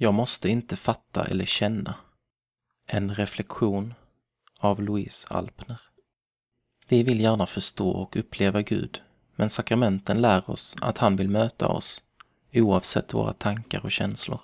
Jag måste inte fatta eller känna. En reflektion av Louise Alpner. Vi vill gärna förstå och uppleva Gud, men sakramenten lär oss att han vill möta oss, oavsett våra tankar och känslor.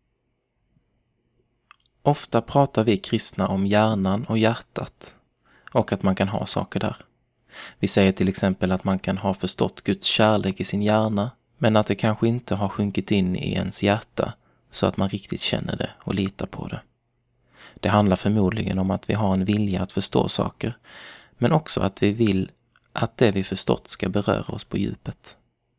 Ofta pratar vi kristna om hjärnan och hjärtat, och att man kan ha saker där. Vi säger till exempel att man kan ha förstått Guds kärlek i sin hjärna, men att det kanske inte har sjunkit in i ens hjärta så att man riktigt känner det och litar på det. Det handlar förmodligen om att vi har en vilja att förstå saker, men också att vi vill att det vi förstått ska beröra oss på djupet.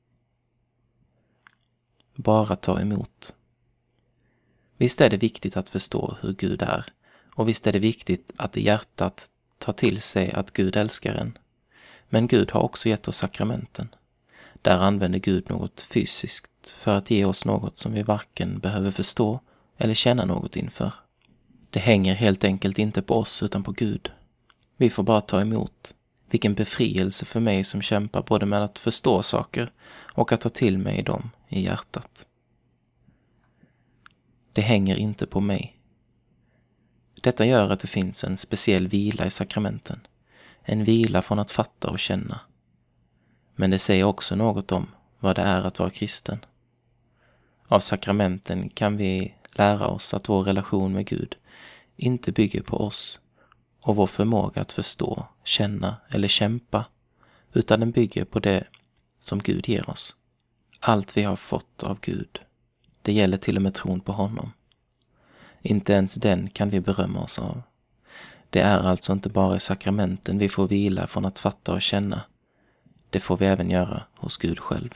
Bara ta emot. Visst är det viktigt att förstå hur Gud är, och visst är det viktigt att i hjärtat ta till sig att Gud älskar en. Men Gud har också gett oss sakramenten. Där använder Gud något fysiskt för att ge oss något som vi varken behöver förstå eller känna något inför. Det hänger helt enkelt inte på oss utan på Gud. Vi får bara ta emot. Vilken befrielse för mig som kämpar både med att förstå saker och att ta till mig dem i hjärtat. Det hänger inte på mig. Detta gör att det finns en speciell vila i sakramenten. En vila från att fatta och känna. Men det säger också något om vad det är att vara kristen. Av sakramenten kan vi lära oss att vår relation med Gud inte bygger på oss och vår förmåga att förstå, känna eller kämpa, utan den bygger på det som Gud ger oss. Allt vi har fått av Gud, det gäller till och med tron på honom. Inte ens den kan vi berömma oss av. Det är alltså inte bara i sakramenten vi får vila från att fatta och känna. Det får vi även göra hos Gud själv.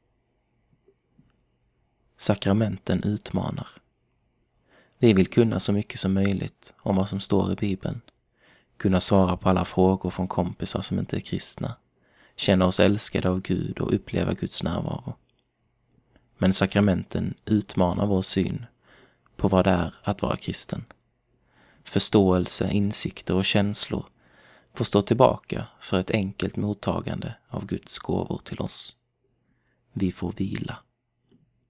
Sakramenten utmanar. Vi vill kunna så mycket som möjligt om vad som står i Bibeln. Kunna svara på alla frågor från kompisar som inte är kristna. Känna oss älskade av Gud och uppleva Guds närvaro. Men sakramenten utmanar vår syn på vad det är att vara kristen. Förståelse, insikter och känslor får stå tillbaka för ett enkelt mottagande av Guds gåvor till oss. Vi får vila.